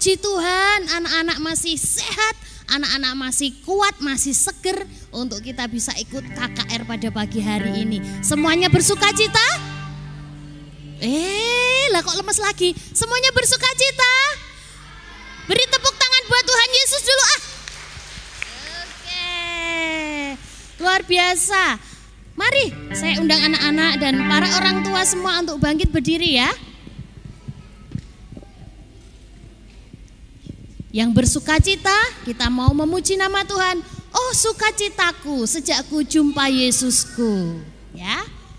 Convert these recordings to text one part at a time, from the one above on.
puji Tuhan, anak-anak masih sehat, anak-anak masih kuat, masih seger untuk kita bisa ikut KKR pada pagi hari ini. Semuanya bersukacita? Lah kok lemes lagi? Semuanya bersukacita? Beri tepuk tangan buat Tuhan Yesus dulu ah. Oke, luar biasa. Mari saya undang anak-anak dan para orang tua semua untuk bangkit berdiri ya. Yang bersukacita, kita mau memuji nama Tuhan. Oh sukacitaku sejak ku jumpa Yesusku. Ya.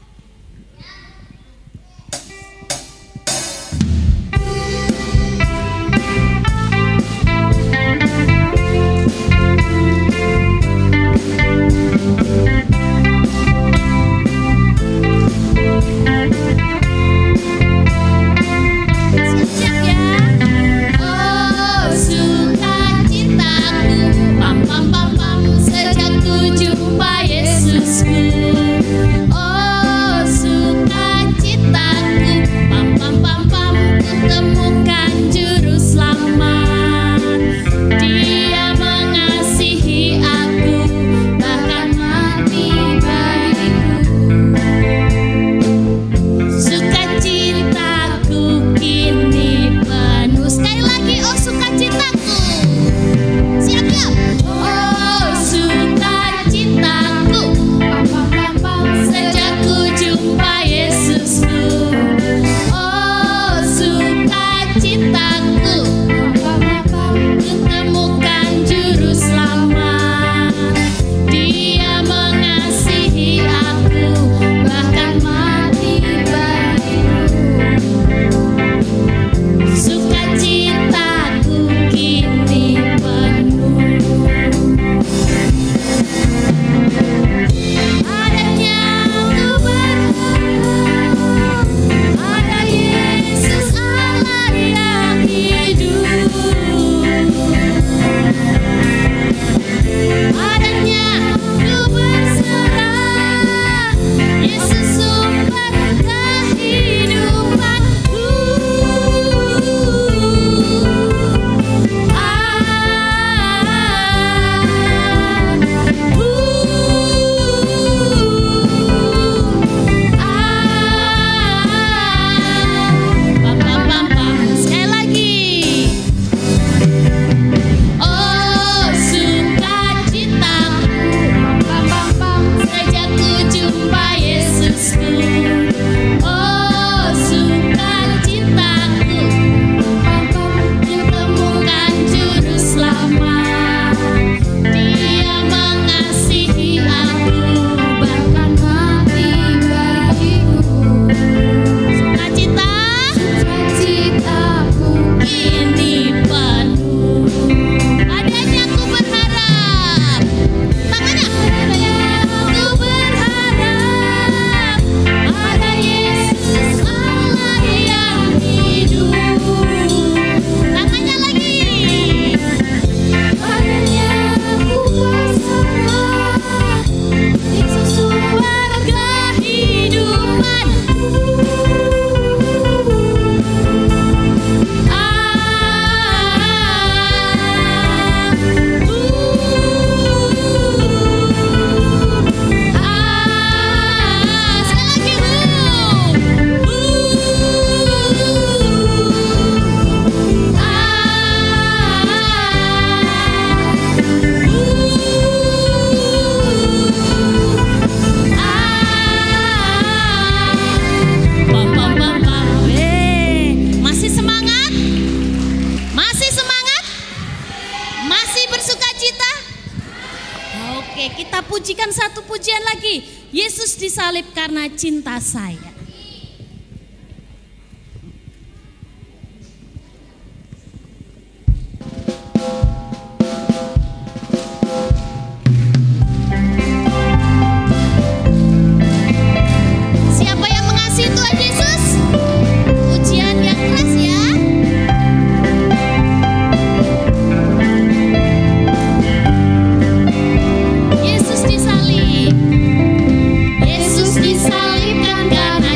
Yesus disalib karena cinta saya. Siapa yang mengasihi Tuhan Yesus? Pujian yang keras ya. Yesus disalibkan karena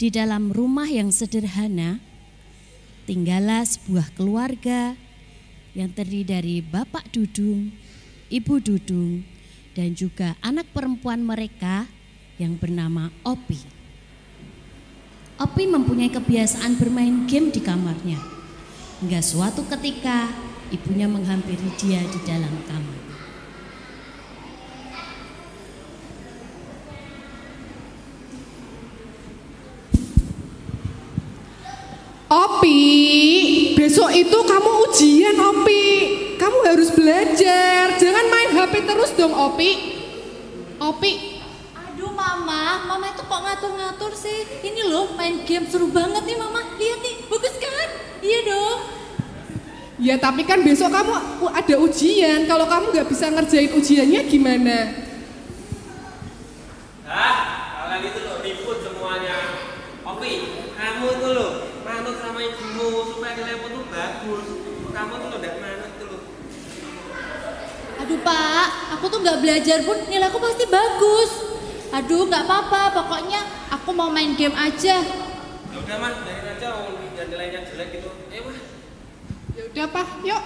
Di dalam rumah yang sederhana, tinggallah sebuah keluarga yang terdiri dari Bapak Dudung, Ibu Dudung, dan juga anak perempuan mereka yang bernama Opi. Opi mempunyai kebiasaan bermain game di kamarnya. Hingga suatu ketika ibunya menghampiri dia di dalam kamar. Opi, besok itu kamu ujian, Opi. Kamu harus belajar. Jangan main HP terus dong, Opi. Opi. Aduh Mama itu kok ngatur-ngatur sih? Ini loh main game seru banget nih Mama. Lihat nih, bagus kan? Iya dong. Ya tapi kan besok kamu ada ujian. Kalau kamu nggak bisa ngerjain ujiannya gimana? Kalian itu loh ribut semuanya. Opi, kamu itu loh manut sama ibumu supaya nilaimu tuh bagus. Kamu tuh loh gak manut tuh loh. Aduh Pak, aku tuh nggak belajar pun nilaiku pasti bagus. Aduh nggak apa-apa, pokoknya aku mau main game aja. Ya udah Mas, biarin aja biar nilainya jelek gitu. Ayo Mas. Ya udah Pak, yuk.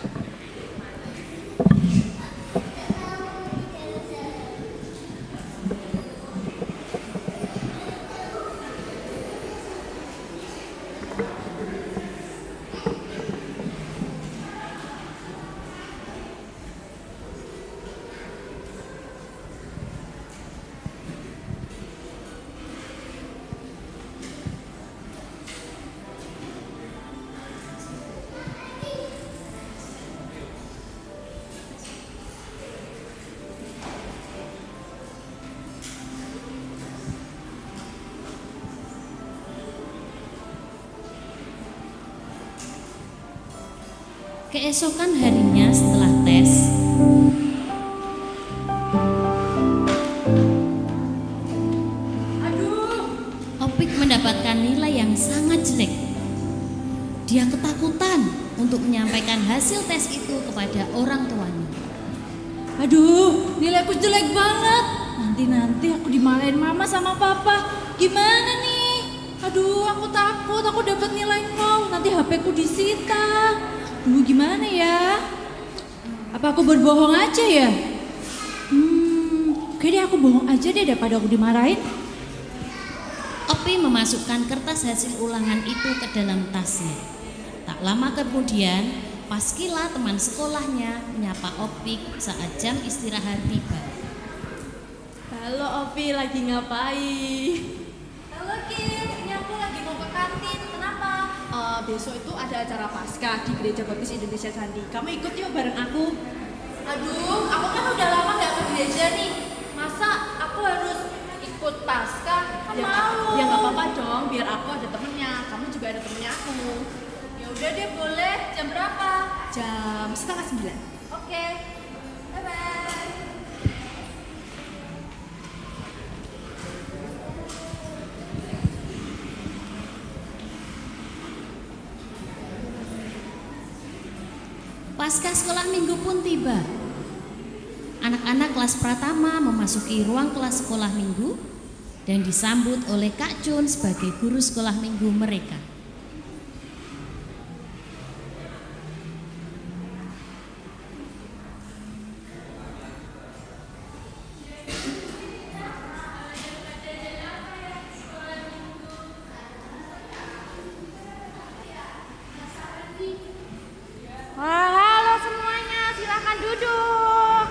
Keesokan harinya setelah tes, Opik mendapatkan nilai yang sangat jelek. Dia ketakutan untuk menyampaikan hasil tes itu kepada orang tuanya. Aduh, nilaiku jelek banget. Nanti aku dimarahin Mama sama Papa. Gimana nih? Aduh, aku takut aku dapat nilai 0. Nanti HP-ku disita. Duh, gimana ya? Apa aku berbohong aja ya? Kayaknya aku bohong aja deh daripada aku dimarahin. Opi memasukkan kertas hasil ulangan itu ke dalam tasnya. Tak lama kemudian, Paskila teman sekolahnya menyapa Opik saat jam istirahat tiba. Halo Opi, lagi ngapain? Halo Kim, ini aku lagi mau ke kantin. Kenapa? Besok itu ada acara Paskah di Gereja Baptis Indonesia Candi. Kamu ikut yuk bareng aku. Aduh, aku kan udah lama gak ke gereja nih. Masa aku harus ikut Paskah? Kan malu. Ya nggak apa-apa dong, biar aku ada temennya. Kamu juga ada temennya aku. Ya udah deh, boleh. Jam berapa? Jam 8:30. Oke. Bye-bye. Pasca sekolah minggu pun tiba. Anak-anak kelas pratama memasuki ruang kelas sekolah minggu dan disambut oleh Kak Jun sebagai guru sekolah minggu mereka. Halo semuanya, silakan duduk.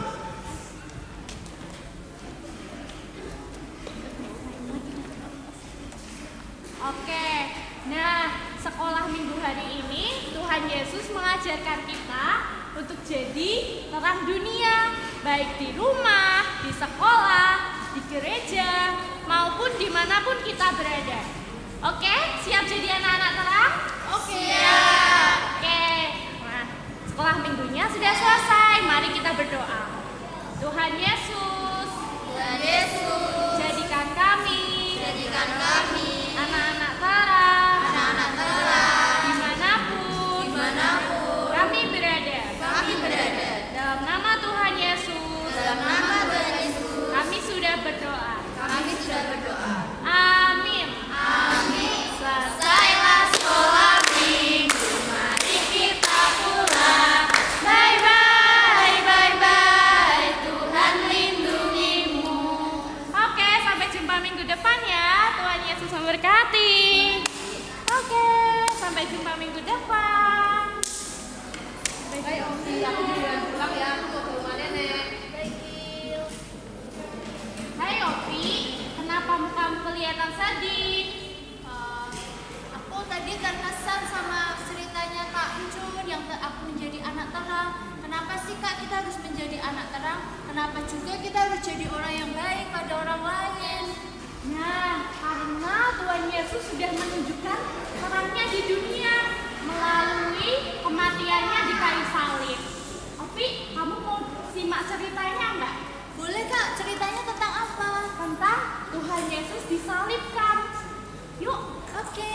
Oke, nah sekolah minggu hari ini Tuhan Yesus mengajarkan kita untuk jadi terang dunia, baik di rumah, di sekolah, di gereja, maupun dimanapun kita berada. Oke, siap jadi anak-anak terang? Oke. Siap. Oke. Nah, sekolah minggunya sudah selesai. Mari kita berdoa. Tuhan Yesus, jadikan kami anak-anak terang, dimanapun kami berada. Dalam nama Tuhan Yesus, kami sudah berdoa. Amin. Hai Opi, aku duluan pulang ya, aku mau ke rumah nenek. Baik, Gil. Hai Opi, kenapa mukamu kelihatan sedih? Aku tadi terkesan sama ceritanya Kak Ucun yang aku menjadi anak terang. Kenapa sih Kak kita harus menjadi anak terang? Kenapa juga kita harus jadi orang yang baik pada orang lain? Nah, karena Tuhan Yesus sudah menunjukkan terangnya di dunia melalui kematiannya di kayu salib. Opi, kamu mau simak ceritanya enggak? Boleh Kak, ceritanya tentang apa? Tentang Tuhan Yesus disalibkan. Yuk. Oke.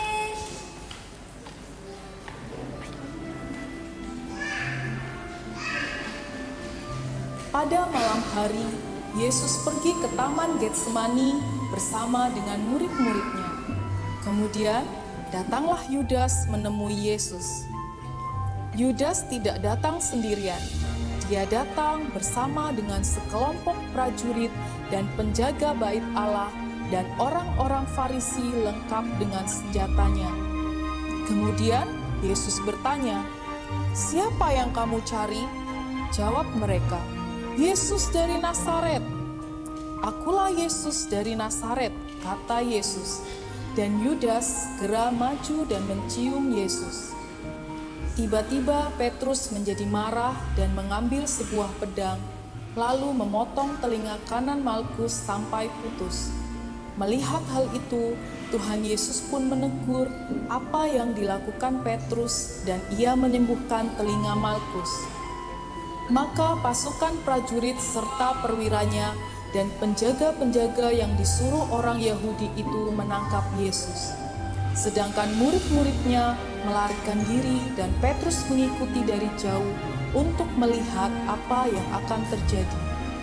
Pada malam hari, Yesus pergi ke Taman Getsemani bersama dengan murid-muridnya. Kemudian, datanglah Yudas menemui Yesus. Yudas tidak datang sendirian. Dia datang bersama dengan sekelompok prajurit dan penjaga bait Allah dan orang-orang Farisi lengkap dengan senjatanya. Kemudian Yesus bertanya, "Siapa yang kamu cari?" Jawab mereka, "Yesus dari Nazaret." "Akulah Yesus dari Nazaret," kata Yesus. Dan Yudas segera maju dan mencium Yesus. Tiba-tiba Petrus menjadi marah dan mengambil sebuah pedang, lalu memotong telinga kanan Malkus sampai putus. Melihat hal itu, Tuhan Yesus pun menegur apa yang dilakukan Petrus dan ia menyembuhkan telinga Malkus. Maka pasukan prajurit serta perwiranya dan penjaga-penjaga yang disuruh orang Yahudi itu menangkap Yesus. Sedangkan murid-muridnya melarikan diri dan Petrus mengikuti dari jauh untuk melihat apa yang akan terjadi.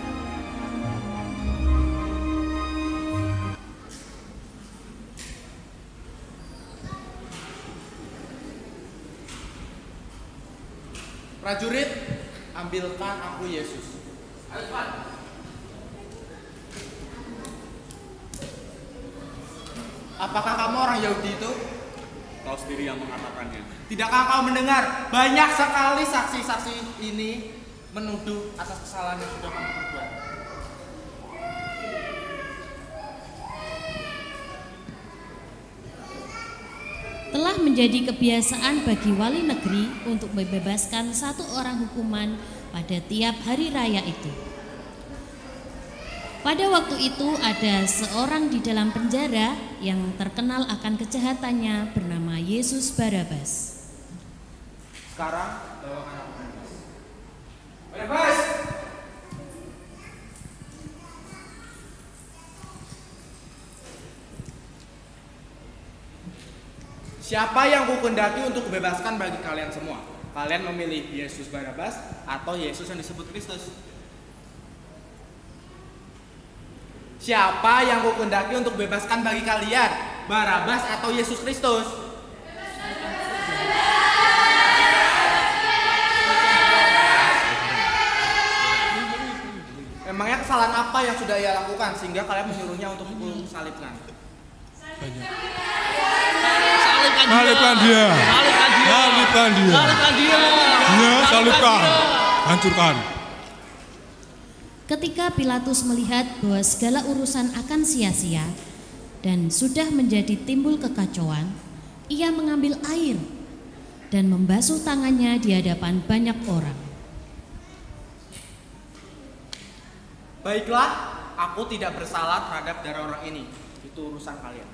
Prajurit, ambilkan aku Yesus. Ayo cepat. Apakah kamu orang Yahudi itu? Kau sendiri yang mengatakannya. Tidakkah kau mendengar banyak sekali saksi-saksi ini menuduh atas kesalahan yang sudah kamu perbuat? Telah menjadi kebiasaan bagi wali negeri untuk membebaskan satu orang hukuman pada tiap hari raya itu. Pada waktu itu ada seorang di dalam penjara yang terkenal akan kejahatannya bernama Yesus Barabas. Sekarang bawakan aku Barabas. Barabas! Siapa yang kukendaki untuk kubebaskan bagi kalian semua? Kalian memilih Yesus Barabas atau Yesus yang disebut Kristus? Siapa yang kukendaki untuk bebaskan bagi kalian? Barabas atau Yesus Kristus? Memangnya kesalahan apa yang sudah ia lakukan sehingga kalian menyuruhnya untuk disalibkan? Salibkan dia. Salibkan. Hancurkan. Ketika Pilatus melihat bahwa segala urusan akan sia-sia dan sudah menjadi timbul kekacauan, ia mengambil air dan membasuh tangannya di hadapan banyak orang. Baiklah, aku tidak bersalah terhadap darah orang ini. Itu urusan kalian.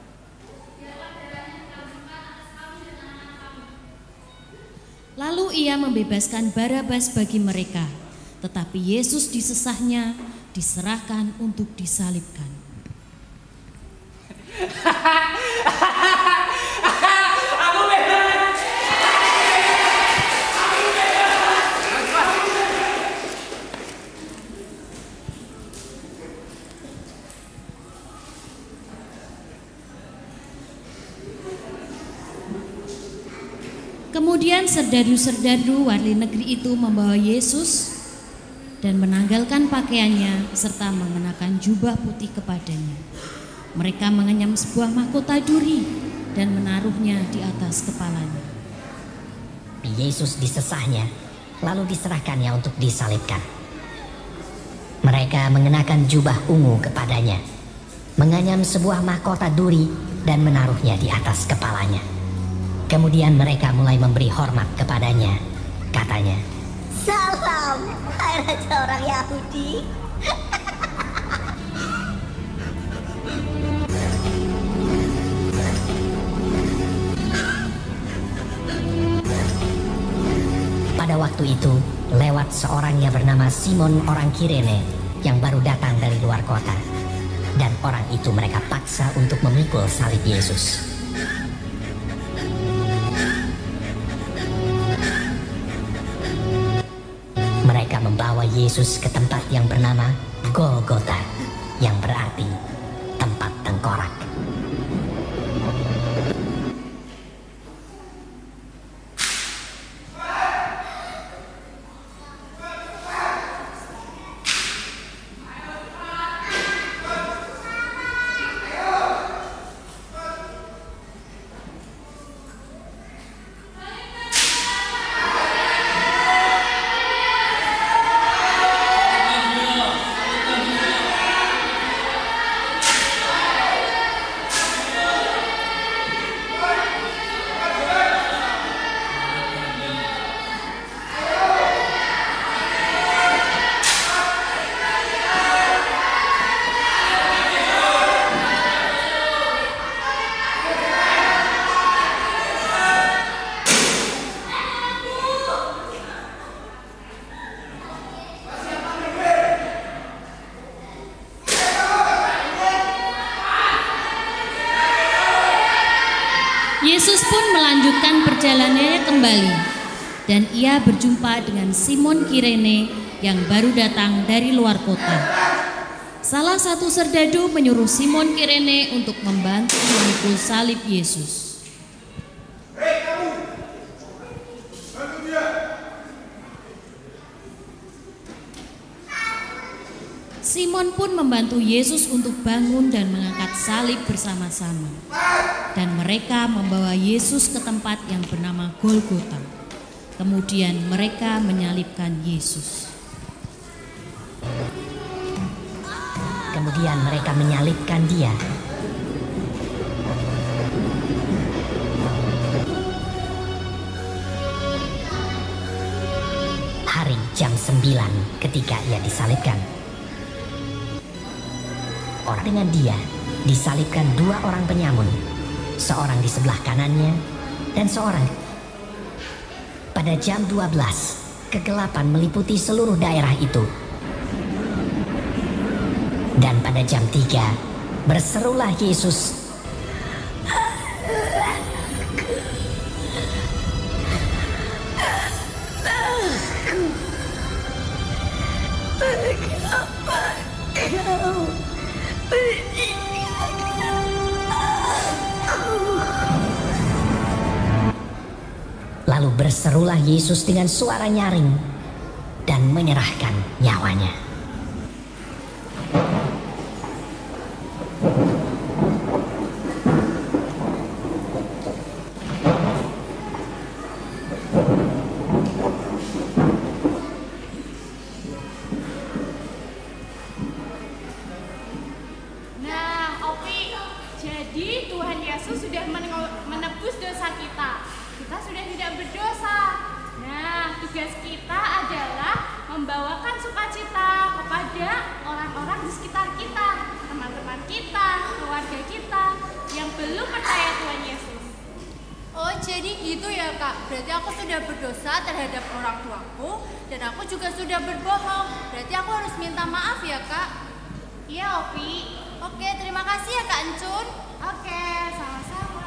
Lalu ia membebaskan Barabas bagi mereka, tetapi Yesus disesahnya diserahkan untuk disalibkan. Kemudian serdadu-serdadu wali negeri itu membawa Yesus dan menanggalkan pakaiannya serta mengenakan jubah putih kepadanya. Mereka mengenyam sebuah mahkota duri dan menaruhnya di atas kepalanya. Yesus disesahnya lalu diserahkannya untuk disalibkan. Mereka mengenakan jubah ungu kepadanya, menganyam sebuah mahkota duri dan menaruhnya di atas kepalanya. Kemudian mereka mulai memberi hormat kepadanya. Katanya, "Salam, hai raja orang Yahudi." Pada waktu itu, lewat seorang yang bernama Simon orang Kirene yang baru datang dari luar kota. Dan orang itu mereka paksa untuk memikul salib Yesus. Mereka membawa Yesus ke tempat yang bernama Golgota, yang berarti tempat tengkorak. Yesus pun melanjutkan perjalanannya kembali, dan ia berjumpa dengan Simon Kirene yang baru datang dari luar kota. Salah satu serdadu menyuruh Simon Kirene untuk membantu memikul salib Yesus. Hei kamu, bantu dia. Simon pun membantu Yesus untuk bangun dan mengangkat salib bersama-sama. Dan mereka membawa Yesus ke tempat yang bernama Golgota. Kemudian mereka menyalibkan Yesus. Kemudian mereka menyalibkan dia. Hari jam 9 ketika ia disalibkan. Orang dengan dia disalibkan dua orang penyamun. Seorang di sebelah kanannya dan seorang. Pada jam 12, kegelapan meliputi seluruh daerah itu. Dan pada jam 3, berserulah Yesus, "Mengapa kau meninggalkan aku?" Lalu berserulah Yesus dengan suara nyaring dan menyerahkan nyawanya. Nah, Opi, jadi Tuhan Yesus sudah menebus dosa kita. Kita sudah tidak berdosa. Nah, tugas kita adalah membawakan sukacita kepada orang-orang di sekitar kita, teman-teman kita, keluarga kita yang belum percaya Tuhan Yesus. Oh, jadi gitu ya Kak. Berarti aku sudah berdosa terhadap orang tuaku dan aku juga sudah berbohong. Berarti aku harus minta maaf ya Kak. Iya, Opi. Oke, terima kasih ya Kak Encun. Oke, sama-sama.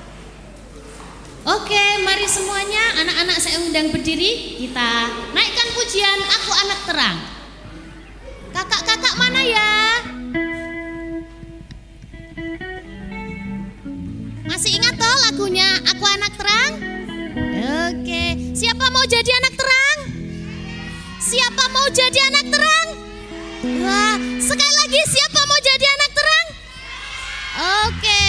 Oke, mari semuanya anak-anak saya undang berdiri. Kita naikkan pujian Aku Anak Terang. Kakak-kakak mana ya? Masih ingat toh lagunya Aku Anak Terang? Oke, siapa mau jadi anak terang? Siapa mau jadi anak terang? Wah, sekali lagi siapa mau jadi anak terang? Oke.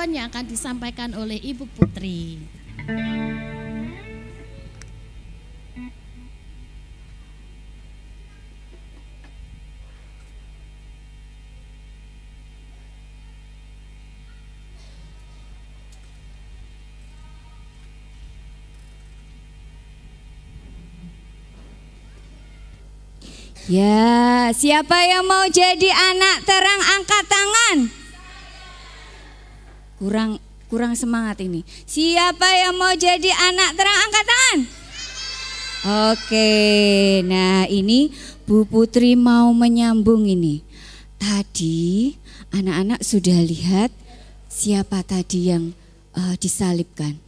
Tuhan yang akan disampaikan oleh Ibu Putri. Ya, siapa yang mau jadi anak terang angkat tangan? Kurang semangat ini. Siapa yang mau jadi anak terang angkat tangan? Oke, nah ini Bu Putri mau menyambung ini. Tadi anak-anak sudah lihat siapa tadi yang disalibkan?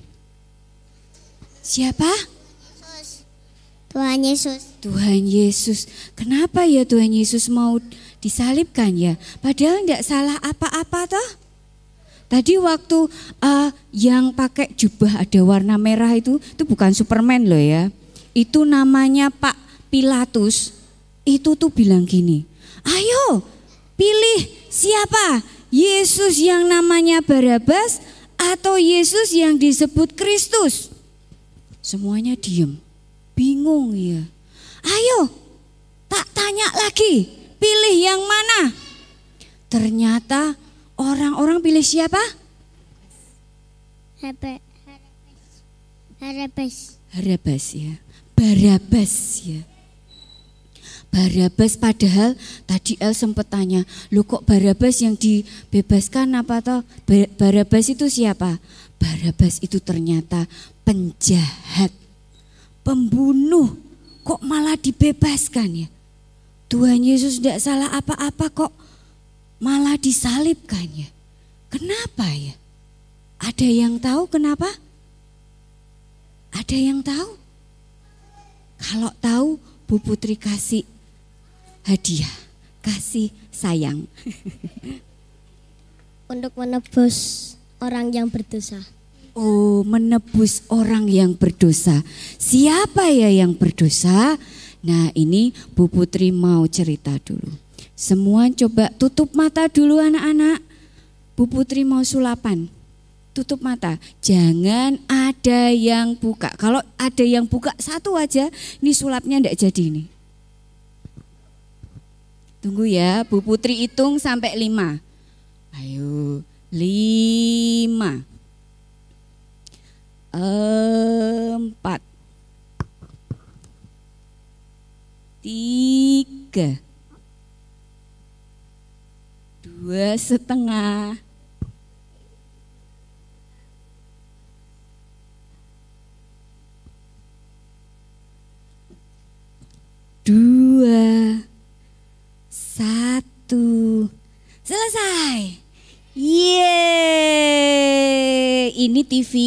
Siapa? Tuhan Yesus. Tuhan Yesus. Kenapa ya Tuhan Yesus mau disalibkan ya? Padahal tidak salah apa-apa toh. Tadi waktu yang pakai jubah ada warna merah itu bukan Superman loh ya. Itu namanya Pak Pilatus. Itu tuh bilang gini, ayo pilih siapa? Yesus yang namanya Barabas atau Yesus yang disebut Kristus? Semuanya diem. Bingung ya. Ayo, tak tanya lagi, pilih yang mana? Ternyata orang-orang pilih siapa? Barabas ya. Barabas ya. Barabas, padahal tadi El sempat tanya, loh kok Barabas yang dibebaskan apa toh? Barabas itu siapa? Barabas itu ternyata penjahat, pembunuh, kok malah dibebaskan ya? Tuhan Yesus tidak salah apa-apa kok malah disalibkan ya? Kenapa ya? Ada yang tahu kenapa? Ada yang tahu? Kalau tahu, Bu Putri kasih hadiah, kasih sayang. Untuk menebus orang yang berdosa. Oh, menebus orang yang berdosa. Siapa ya yang berdosa? Nah, ini Bu Putri mau cerita dulu. Semua coba tutup mata dulu anak-anak. Bu Putri mau sulapan. Tutup mata. Jangan ada yang buka. Kalau ada yang buka satu aja, ini sulapnya enggak jadi nih. Tunggu ya, Bu Putri hitung sampai 5. Ayo, 5. 4, 3, 2,5, 2, 1, selesai. Yeay, ini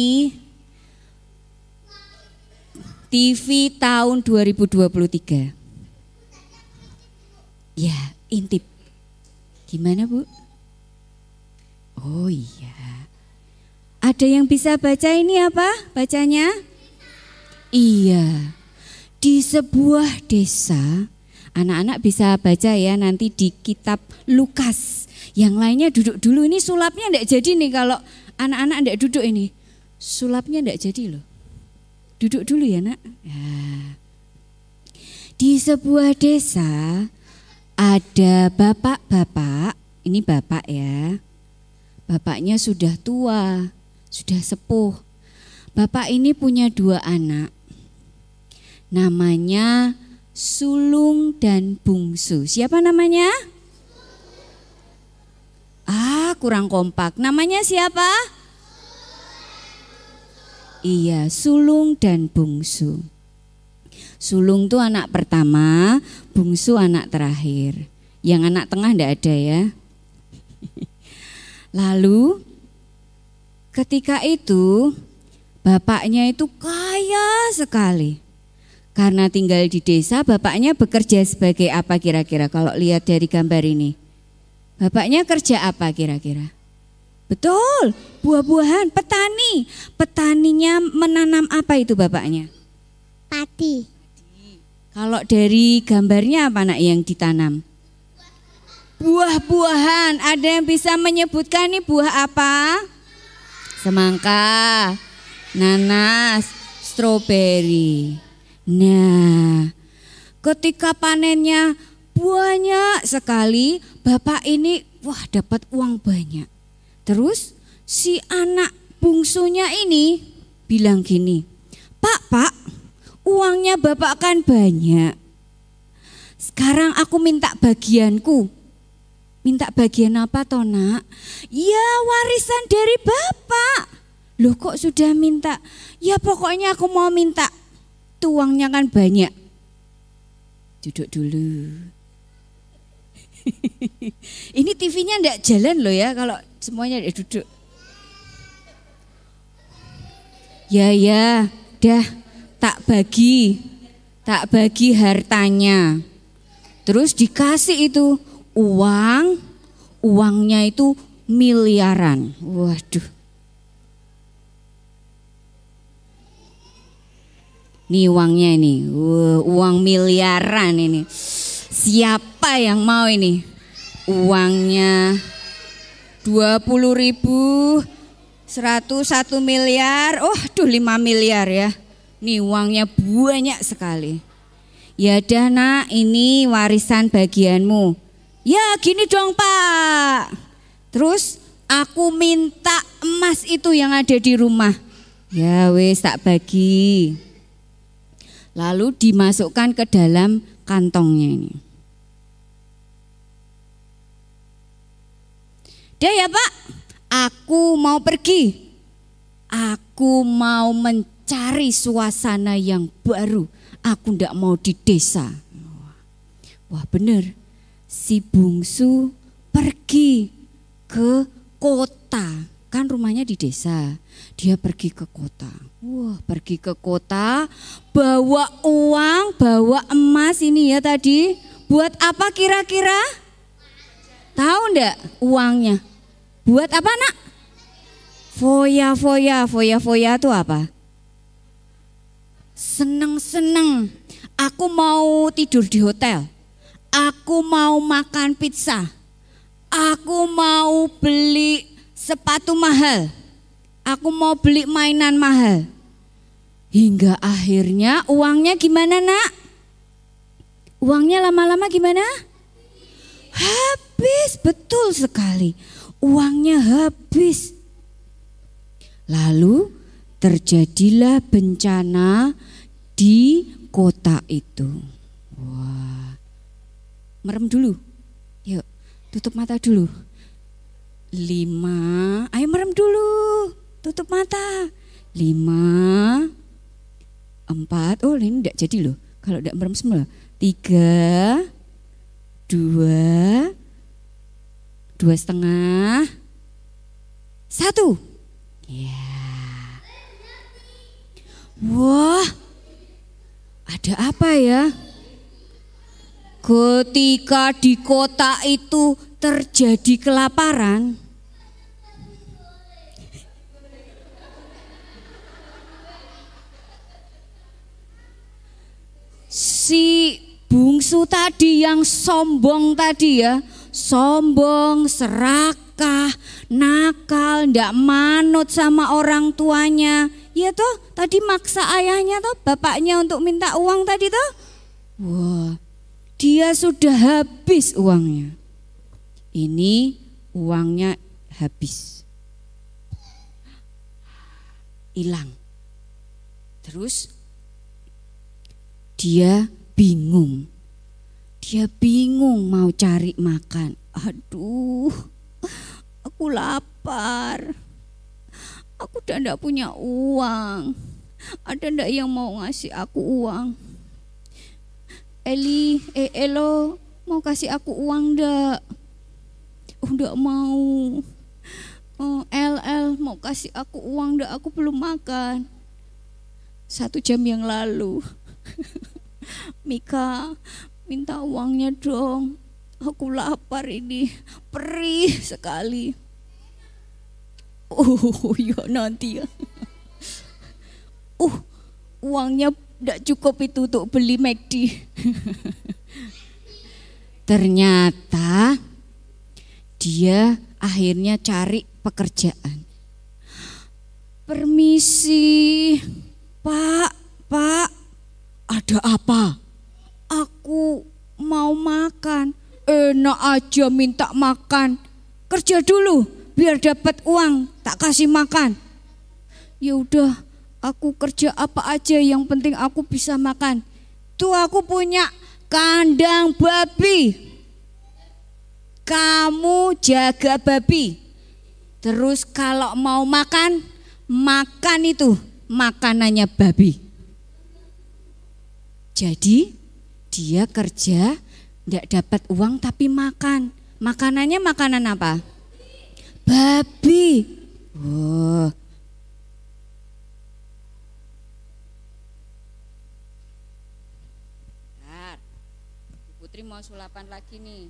TV tahun 2023. Ya, intip. Gimana Bu? Oh iya. Ada yang bisa baca ini apa? Bacanya? Iya. Di sebuah desa, anak-anak bisa baca ya nanti di kitab Lukas. Yang lainnya duduk dulu, ini sulapnya enggak jadi nih kalau anak-anak enggak duduk ini. Sulapnya enggak jadi loh. Duduk dulu ya nak. Ya. Di sebuah desa ada bapak-bapak, ini bapak ya. Bapaknya sudah tua, sudah sepuh. Bapak ini punya 2 anak. Namanya Sulung dan Bungsu. Siapa namanya? Kurang kompak. Namanya siapa? Iya, Sulung dan Bungsu. Sulung tuh anak pertama, Bungsu anak terakhir. Yang anak tengah enggak ada ya. Lalu ketika itu bapaknya itu kaya sekali. Karena tinggal di desa, bapaknya bekerja sebagai apa kira-kira kalau lihat dari gambar ini? Bapaknya kerja apa kira-kira? Betul, buah-buahan, petani. Petaninya menanam apa itu bapaknya? Padi. Kalau dari gambarnya apa nak yang ditanam? Buah-buahan. Ada yang bisa menyebutkan nih buah apa? semangka, nanas, stroberi. Nah, ketika panennya banyak sekali, bapak ini wah dapat uang banyak. Terus si anak bungsunya ini bilang gini, Pak, uangnya bapak kan banyak. Sekarang aku minta bagianku. Minta bagian apa toh nak? Ya warisan dari bapak. Loh kok sudah minta? Ya pokoknya aku mau minta. Tuh uangnya kan banyak. Duduk dulu. Ini TV-nya enggak jalan loh ya kalau semuanya duduk. Ya, dah tak bagi hartanya. Terus dikasih itu uangnya itu miliaran. Waduh. Nih uangnya ini, uang miliaran ini. Siapa yang mau ini? Uangnya 20.000, 101 miliar, 5 miliar ya. Nih uangnya banyak sekali. Ya dah nak, ini warisan bagianmu. Ya gini dong Pak. Terus aku minta emas itu yang ada di rumah. Ya wes tak bagi. Lalu dimasukkan ke dalam kantongnya ini. Dah ya Pak, aku mau pergi. Aku mau mencari suasana yang baru. Aku ndak mau di desa. Wah bener, si bungsu pergi ke kota. Kan rumahnya di desa, dia pergi ke kota. Wah pergi ke kota, bawa uang, bawa emas ini ya tadi. Buat apa kira-kira? Tahu ndak uangnya? Buat apa nak? Foya itu apa? Seneng. Aku mau tidur di hotel. Aku mau makan pizza. Aku mau beli sepatu mahal. Aku mau beli mainan mahal. Hingga akhirnya uangnya gimana nak? Uangnya lama-lama gimana? Habis, betul sekali. Uangnya habis. Lalu terjadilah bencana di kota itu. Wah, merem dulu. Yuk, tutup mata dulu. 5, ayo merem dulu. Tutup mata. 5, 4, ini enggak jadi loh. Kalau enggak merem semua. 3, 2, 2,5, 1. Ya. Wah, ada apa ya? Ketika di kota itu terjadi kelaparan, si bungsu tadi yang sombong tadi ya, sombong, serakah, nakal, ndak manut sama orang tuanya. Ya toh, tadi maksa ayahnya toh, bapaknya untuk minta uang tadi toh. Wah, dia sudah habis uangnya. Ini uangnya habis. Hilang. Terus dia bingung. Dia bingung mau cari makan. Aduh, aku lapar. Aku udah enggak punya uang. Ada enggak yang mau ngasih aku uang? Elo, mau kasih aku uang enggak? Enggak mau. Mau kasih aku uang enggak? Aku belum makan. 1 jam yang lalu. Mika, minta uangnya dong. Aku lapar ini, perih sekali. Ya nanti ya. Uangnya tidak cukup itu untuk beli McD. Ternyata dia akhirnya cari pekerjaan. Ada apa? Aku mau makan. Enak aja minta makan. Kerja dulu biar dapat uang, tak kasih makan. Ya udah, aku kerja apa aja yang penting aku bisa makan. Tuh aku punya kandang babi. Kamu jaga babi. Terus kalau mau makan, makan itu makanannya babi. Jadi dia kerja tidak dapat uang tapi makan. Makanannya makanan apa? Babi. Oh. Bentar. Putri mau sulapan lagi nih.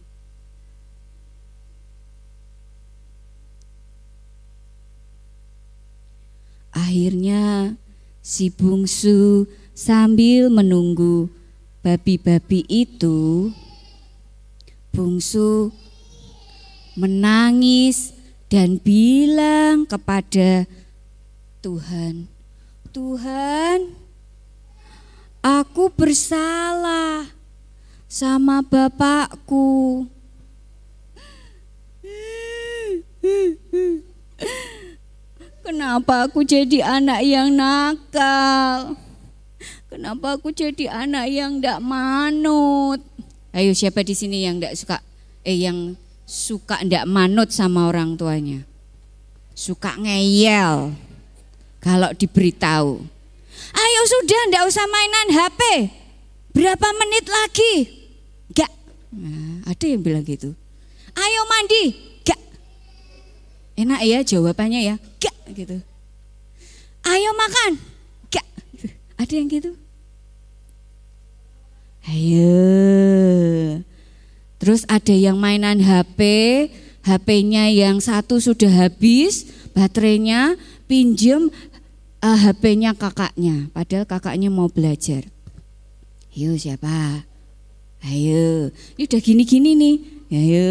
Akhirnya si bungsu sambil menunggu babi-babi itu, bungsu menangis dan bilang kepada Tuhan, Tuhan, aku bersalah sama bapakku. Kenapa aku jadi anak yang nakal? Kenapa aku jadi anak yang ndak manut? Ayo, siapa di sini yang ndak suka yang suka ndak manut sama orang tuanya? Suka ngeyel kalau diberitahu. Ayo sudah, ndak usah mainan HP. Berapa menit lagi? Enggak. Nah, ada yang bilang gitu. Ayo mandi. Enggak. Enak ya jawabannya ya. Enggak gitu. Ayo makan. Enggak. Ada yang gitu. Ayo. Terus ada yang mainan HP, HP-nya yang satu sudah habis, baterainya pinjem HP-nya kakaknya, padahal kakaknya mau belajar. Ayo siapa? Ayo, ini udah gini-gini nih. Ayo.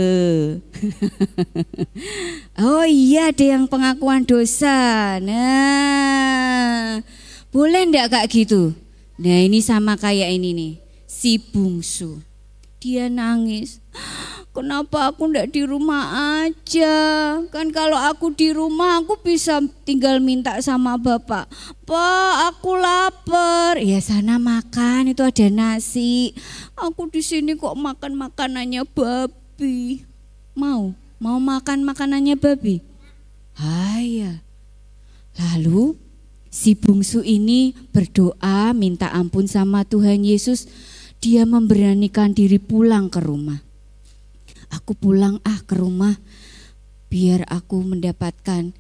Oh iya, ada yang pengakuan dosa. Nah, boleh enggak Kak gitu? Nah ini sama kayak ini nih, si bungsu. Dia nangis. Kenapa aku enggak di rumah aja? Kan kalau aku di rumah aku bisa tinggal minta sama bapak. Pak, aku lapar. Ya sana makan, itu ada nasi. Aku di sini kok makan makanannya babi. Mau makan makanannya babi? Haya. Lalu si bungsu ini berdoa minta ampun sama Tuhan Yesus. Dia memberanikan diri pulang ke rumah. Aku pulang ke rumah biar aku mendapatkan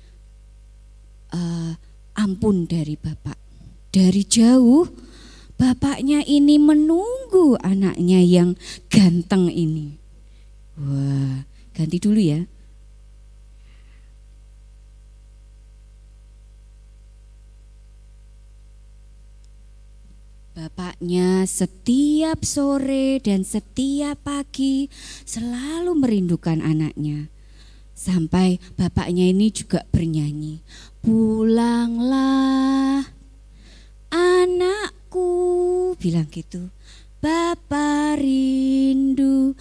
ampun dari bapak. Dari jauh bapaknya ini menunggu anaknya yang ganteng ini. Wah, ganti dulu ya. Bapaknya setiap sore dan setiap pagi selalu merindukan anaknya. Sampai bapaknya ini juga bernyanyi, pulanglah anakku, bilang gitu. Bapak rindu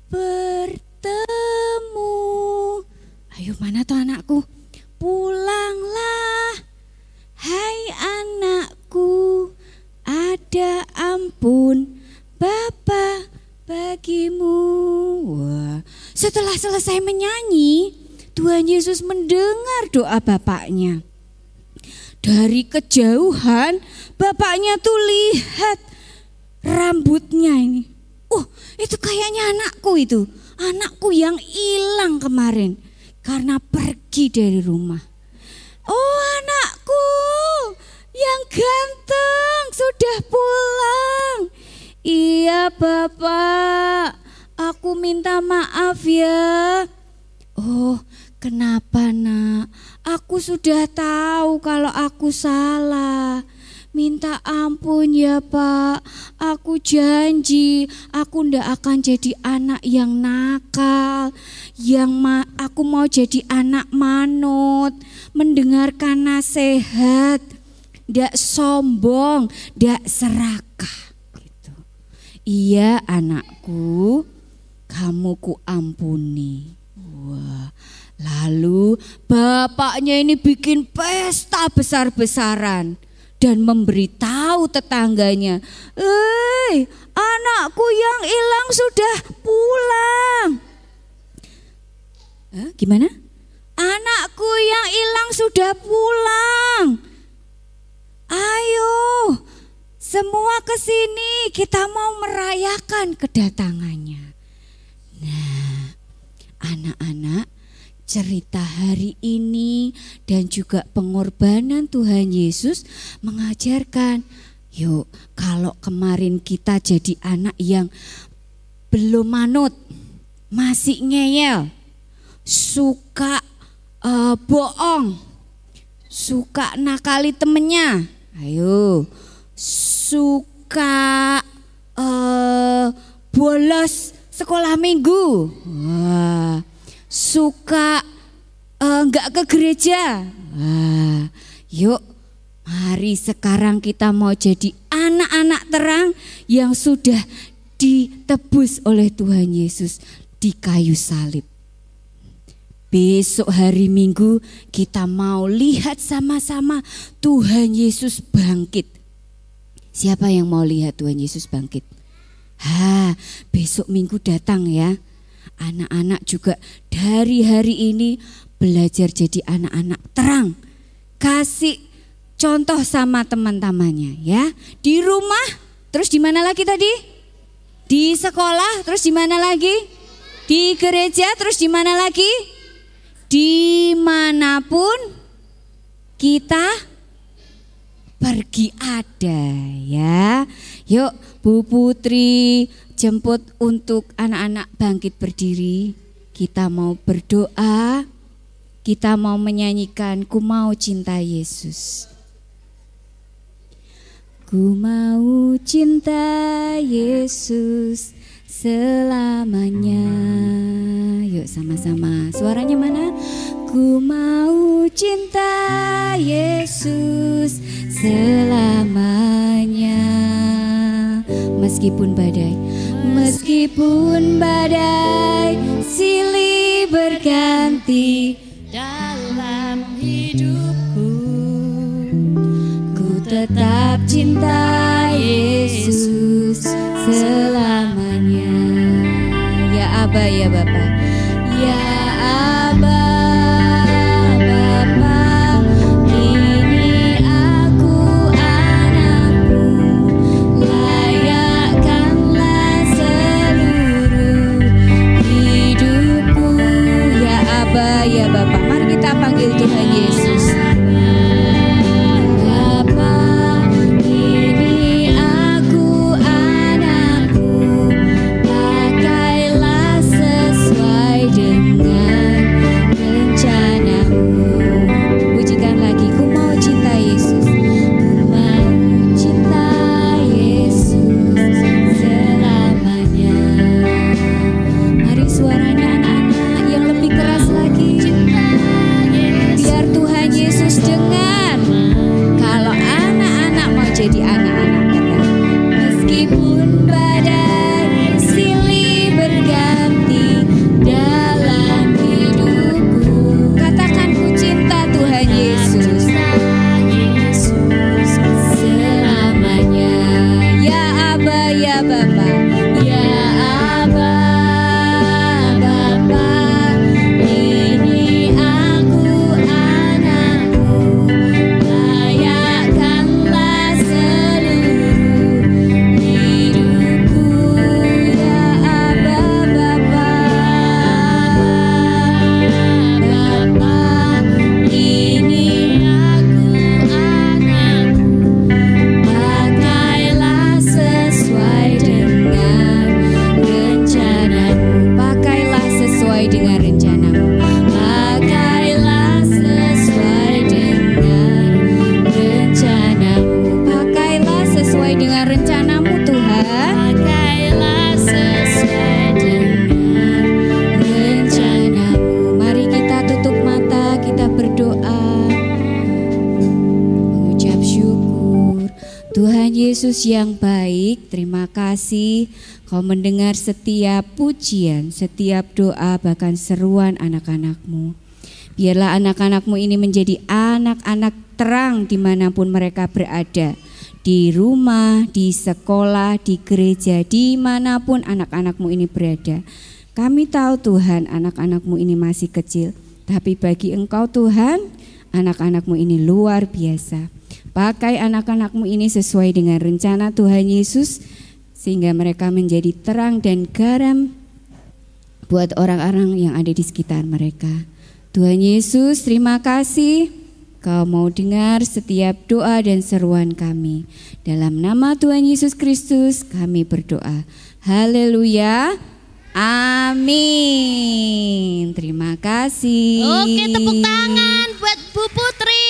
bertemu. Ayo mana tuh anakku? Pulanglah, hai anakku. Ada ampun Bapa bagimu. Wah, setelah selesai menyanyi, Tuhan Yesus mendengar doa bapaknya. Dari kejauhan bapaknya tuh lihat rambutnya ini. Itu kayaknya anakku itu. Anakku yang hilang kemarin karena pergi dari rumah. Oh anakku yang ganteng sudah pulang. Iya Bapak, aku minta maaf ya. Oh kenapa nak? Aku sudah tahu kalau aku salah. Minta ampun ya Pak. Aku janji aku ndak akan jadi anak yang nakal. Aku mau jadi anak manut, mendengarkan nasihat. Ndak sombong, ndak serakah. Iya anakku, kamu ku ampuni. Wah, lalu bapaknya ini bikin pesta besar-besaran dan memberitahu tetangganya, anakku yang hilang sudah pulang. Gimana? Anakku yang hilang sudah pulang. Ayo, semua ke sini, kita mau merayakan kedatangannya. Nah, anak-anak, cerita hari ini dan juga pengorbanan Tuhan Yesus mengajarkan, yuk kalau kemarin kita jadi anak yang belum manut, masih ngeyel, suka bohong, suka nakali temennya, ayo suka bolos sekolah minggu, wah, suka enggak ke gereja. Wah, yuk mari sekarang kita mau jadi anak-anak terang yang sudah ditebus oleh Tuhan Yesus di kayu salib. Besok hari Minggu kita mau lihat sama-sama Tuhan Yesus bangkit. Siapa yang mau lihat Tuhan Yesus bangkit? Besok Minggu datang ya. Anak-anak juga dari hari ini belajar jadi anak-anak terang. Kasih contoh sama teman-temannya ya. Di rumah, terus di mana lagi tadi? Di sekolah, terus di mana lagi? Di gereja, terus di mana lagi? Dimanapun kita pergi ada ya. Yuk Bu Putri jemput untuk anak-anak bangkit berdiri. Kita mau berdoa, kita mau menyanyikan Ku Mau Cinta Yesus. Ku mau cinta Yesus selamanya. Yuk sama-sama, suaranya mana? Ku mau cinta Yesus selamanya. Meskipun badai silih berganti dalam hidupku, ku tetap cinta Yesus selamanya. Ya Aba, ya Bapa, ya Aba, Bapa, ini aku anakmu, layakkanlah seluruh hidupku. Ya Aba, ya Bapa, mari kita panggil Tuhan Yesus. Yesus yang baik, terima kasih Kau mendengar setiap pujian, setiap doa, bahkan seruan anak-anak-Mu. Biarlah anak-anak-Mu ini menjadi anak-anak terang dimanapun mereka berada. Di rumah, di sekolah, di gereja, dimanapun anak-anak-Mu ini berada. Kami tahu Tuhan anak-anak-Mu ini masih kecil, tapi bagi Engkau Tuhan, anak-anak-Mu ini luar biasa. Pakai anak-anak-Mu ini sesuai dengan rencana Tuhan Yesus, sehingga mereka menjadi terang dan garam buat orang-orang yang ada di sekitar mereka. Tuhan Yesus, terima kasih Kau mau dengar setiap doa dan seruan kami. Dalam nama Tuhan Yesus Kristus kami berdoa. Haleluya. Amin. Terima kasih. Oke, tepuk tangan buat Bu Putri.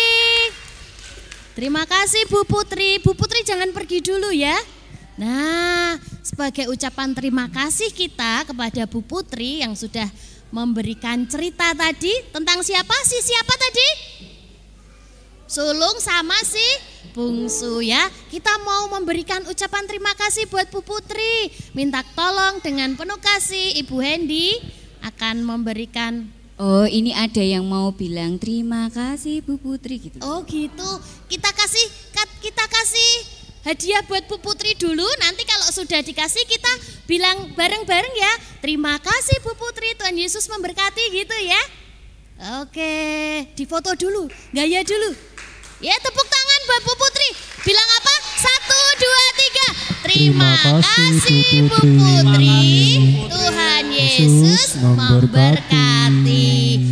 Terima kasih Bu Putri. Bu Putri jangan pergi dulu ya. Nah, sebagai ucapan terima kasih kita kepada Bu Putri yang sudah memberikan cerita tadi tentang siapa tadi? Sulung sama si bungsu ya. Kita mau memberikan ucapan terima kasih buat Bu Putri. Minta tolong dengan penuh kasih Ibu Hendy akan memberikan. Oh, ini ada yang mau bilang terima kasih Bu Putri gitu. Oh gitu. Kita kasih hadiah buat Bu Putri dulu, nanti kalau sudah dikasih kita bilang bareng-bareng ya. Terima kasih Bu Putri, Tuhan Yesus memberkati gitu ya. Oke, difoto dulu, gaya dulu. Ya, tepuk tangan buat Bu Putri. Bilang apa? 1, 2, 3. Terima kasih Bu Putri, Tuhan Yesus memberkati.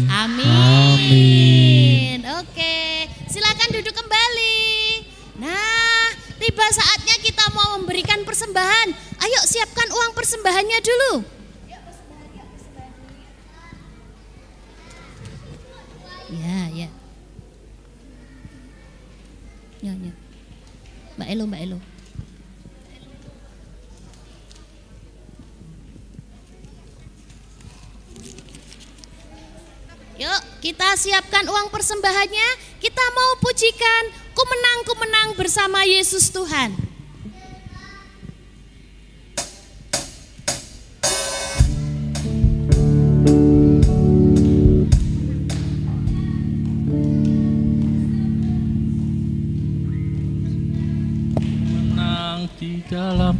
Amin. Oke, silakan duduk kembali. Nah, tiba saatnya kita mau memberikan persembahan. Ayo siapkan uang persembahannya dulu. Ya. Ya. Mbak Elo. Yuk, kita siapkan uang persembahannya. Kita mau pujikan Ku menang bersama Yesus Tuhan. Menang di dalam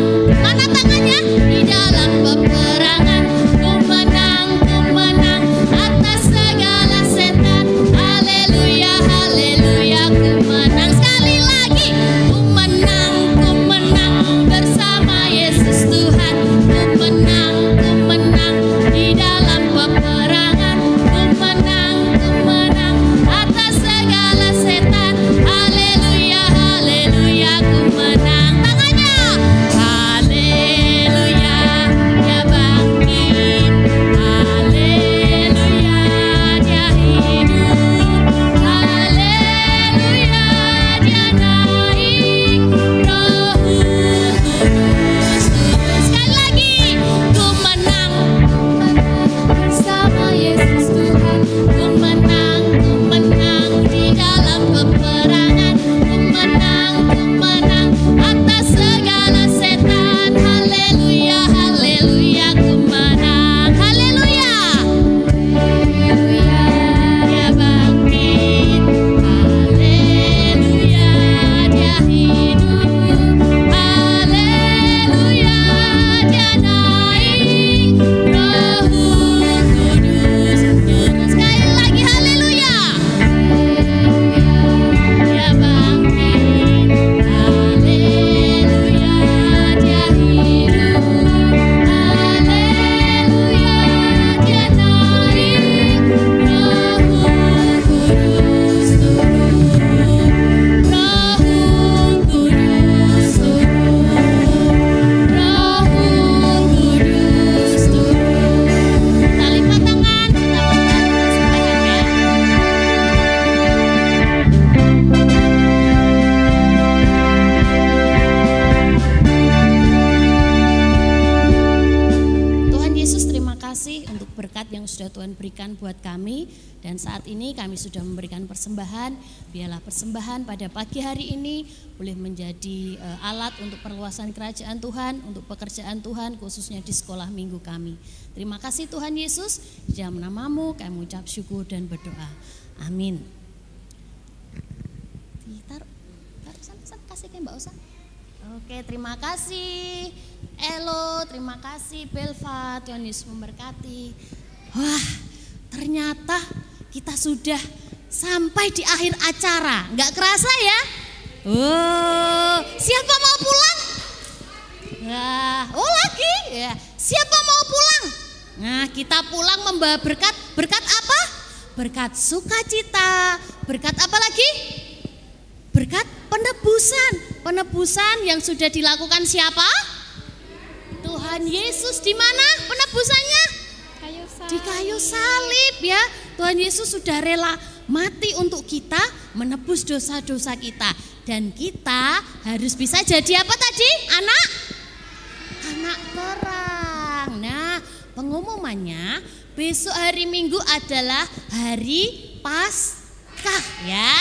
Mana tangannya? Di dalam peperangan ku menang sudah Tuhan berikan buat kami. Dan saat ini kami sudah memberikan persembahan. Biarlah persembahan pada pagi hari ini boleh menjadi alat untuk perluasan kerajaan Tuhan, untuk pekerjaan Tuhan khususnya di sekolah minggu kami. Terima kasih Tuhan Yesus, di dalam nama-Mu kami mengucap syukur dan berdoa. Amin. Taruh sana, kasih ke Mbak Osa. Oke, terima kasih Elo, terima kasih Belva, Tuhan Yesus memberkati. Wah, ternyata kita sudah sampai di akhir acara, nggak kerasa ya? Oh, siapa mau pulang? Nah, lagi ya. Siapa mau pulang? Nah, kita pulang membawa berkat. Berkat apa? Berkat sukacita. Berkat apa lagi? Berkat penebusan. Penebusan yang sudah dilakukan siapa? Tuhan Yesus. Di mana penebusannya? Di kayu salib ya. Tuhan Yesus sudah rela mati untuk kita, menebus dosa-dosa kita. Dan kita harus bisa jadi apa tadi? Anak terang. Nah, pengumumannya besok hari Minggu adalah hari Paskah ya.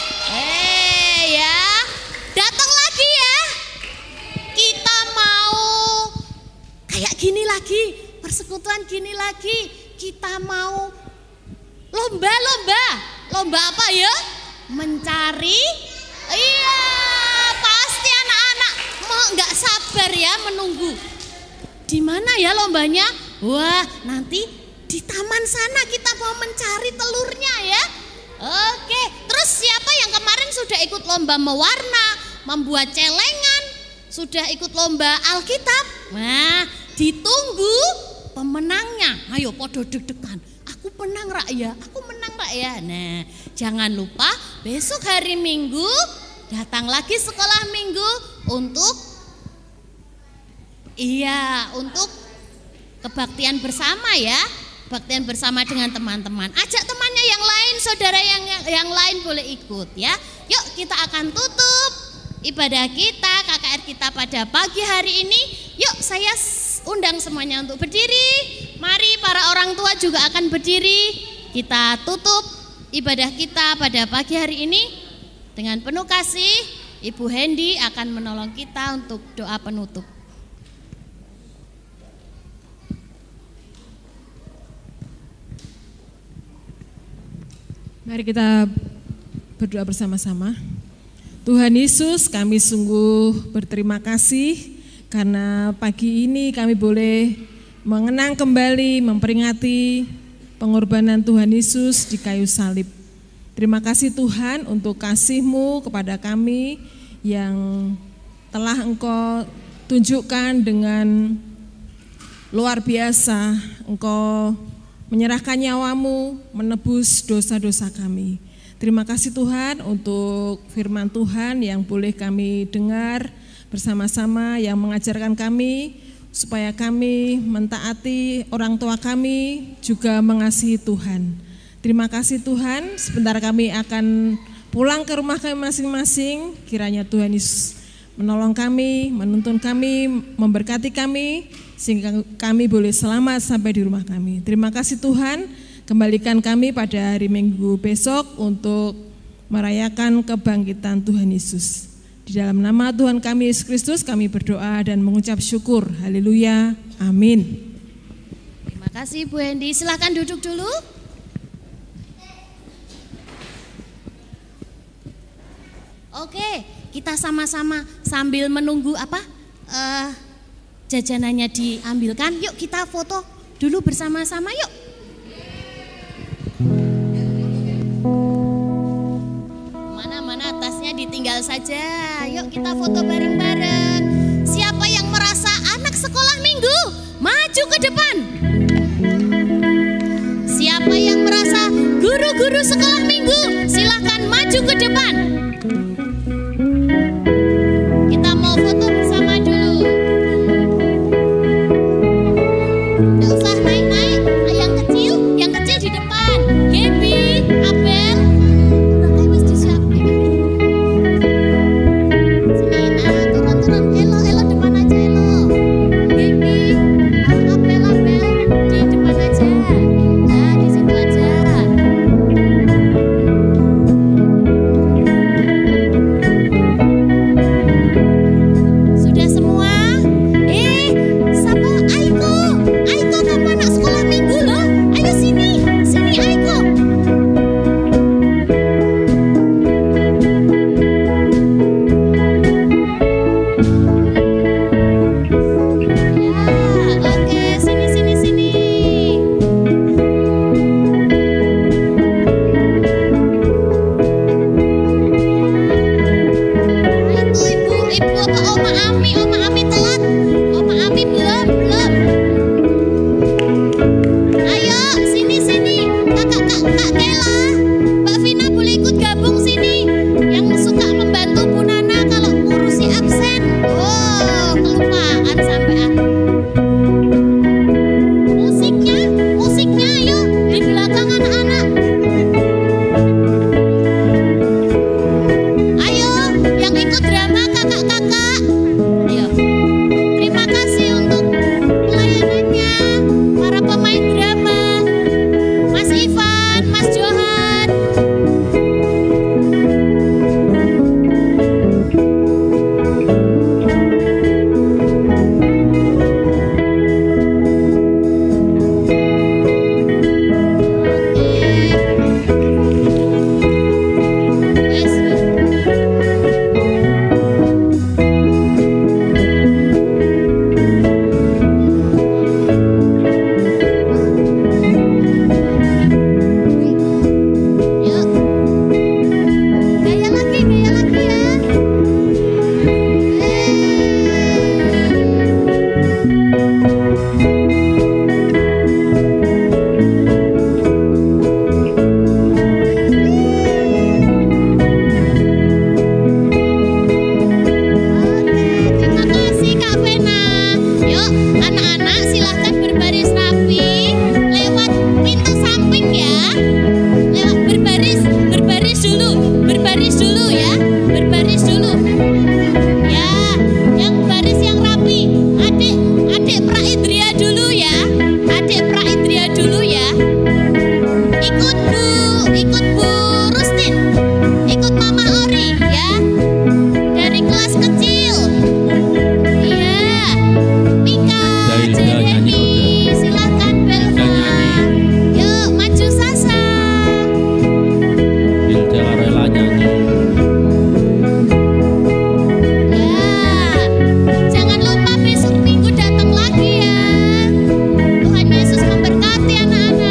Ya. Datang lagi ya. Kita mau kayak gini lagi, persekutuan gini lagi. Kita mau lomba apa ya? Mencari. Iya, pasti anak-anak mau nggak sabar ya menunggu. Di mana ya lombanya? Wah, nanti di taman sana kita mau mencari telurnya ya. Oke, terus siapa yang kemarin sudah ikut lomba mewarna, membuat celengan, sudah ikut lomba Alkitab? Nah, ditunggu pemenangnya. Ayo podo deg-degan. Aku menang rak ya, aku menang rak ya. Nah, jangan lupa besok hari Minggu datang lagi sekolah minggu untuk kebaktian bersama ya. Kebaktian bersama dengan teman-teman. Ajak temannya yang lain, saudara yang lain boleh ikut ya. Yuk kita akan tutup ibadah kita, KKR kita pada pagi hari ini. Yuk saya undang semuanya untuk berdiri. Mari para orang tua juga akan berdiri. Kita tutup ibadah kita pada pagi hari ini dengan penuh kasih. Ibu Hendy akan menolong kita untuk doa penutup. Mari kita berdoa bersama-sama. Tuhan Yesus, kami sungguh berterima kasih karena pagi ini kami boleh mengenang kembali, memperingati pengorbanan Tuhan Yesus di kayu salib. Terima kasih Tuhan untuk kasih-Mu kepada kami yang telah Engkau tunjukkan dengan luar biasa. Engkau menyerahkan nyawa-Mu, menebus dosa-dosa kami. Terima kasih Tuhan untuk firman Tuhan yang boleh kami dengar bersama-sama, yang mengajarkan kami supaya kami mentaati orang tua kami, juga mengasihi Tuhan. Terima kasih Tuhan, sebentar kami akan pulang ke rumah kami masing-masing. Kiranya Tuhan Yesus menolong kami, menuntun kami, memberkati kami, sehingga kami boleh selamat sampai di rumah kami. Terima kasih Tuhan, kembalikan kami pada hari Minggu besok untuk merayakan kebangkitan Tuhan Yesus. Di dalam nama Tuhan kami Yesus Kristus kami berdoa dan mengucap syukur. Haleluya, amin. Terima kasih Bu Hendy, silahkan duduk dulu. Oke, kita sama-sama sambil menunggu jajanannya diambilkan. Yuk kita foto dulu bersama-sama yuk. Mana tasnya ditinggal saja. Yuk kita foto bareng-bareng. Siapa yang merasa anak sekolah minggu? Maju ke depan. Siapa yang merasa guru-guru sekolah minggu? Silakan maju ke depan. Kita mau foto bersama dulu. Nggak usah naik-naik. Yang kecil di depan. Gaby, Abel. Udah disiapin. Sini, turun. Elo depan aja Elo. Gaby, Abel di depan aja. Oma Ami telat. Oma Ami belum. Ayo sini. Kak Kela. Mbak Vina boleh ikut gabung sini. Yang suka membantu Bu Nana kalau ngurusi absen. Oh, kelupaan sampai aku. Musiknya ayo di belakang anak-anak. Ayo yang ikut drama kakak-kakak. Ayo. Terima kasih untuk pelayanannya para pemain drama. Mas Ivan, Mas Johan. Gaya lagi ya. Terima kasih Kak Vena. Yuk anak-anak silahkan berbaris rapi lewat pintu samping ya. Lewat berbaris dulu ya. Berbaris dulu. Ya, yang baris yang rapi. Adik Praidria dulu ya. Ikut Bu Rustin. Ikut Mama Ori ya. Dari kelas kecil. Iya. Mika, Jeremy, silakan Belva. Yuk maju Sasa. Hilda rela nyanyi. Ya. Jangan lupa besok minggu datang lagi ya. Tuhan Yesus memberkati anak-anak.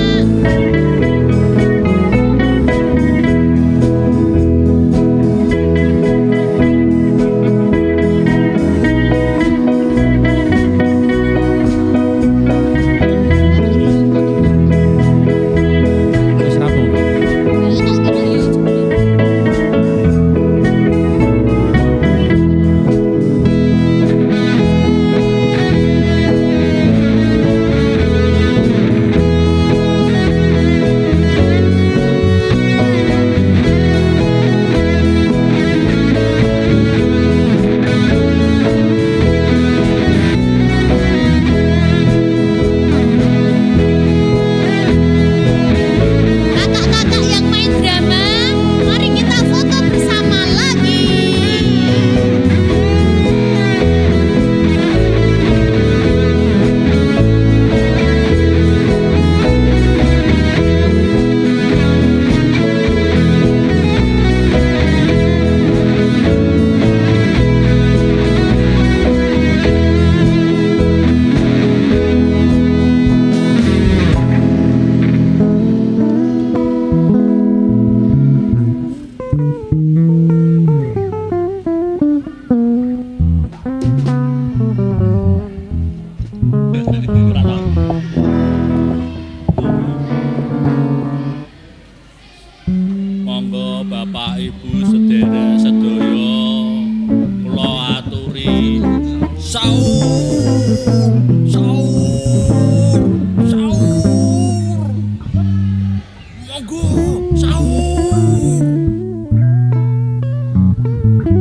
Wis rampung. Kakak-kakak yang main drama, mari kita foto bersama lagi. Monggo Bapak Ibu sedherek sedaya kula aturi sahur. Monggo sahur.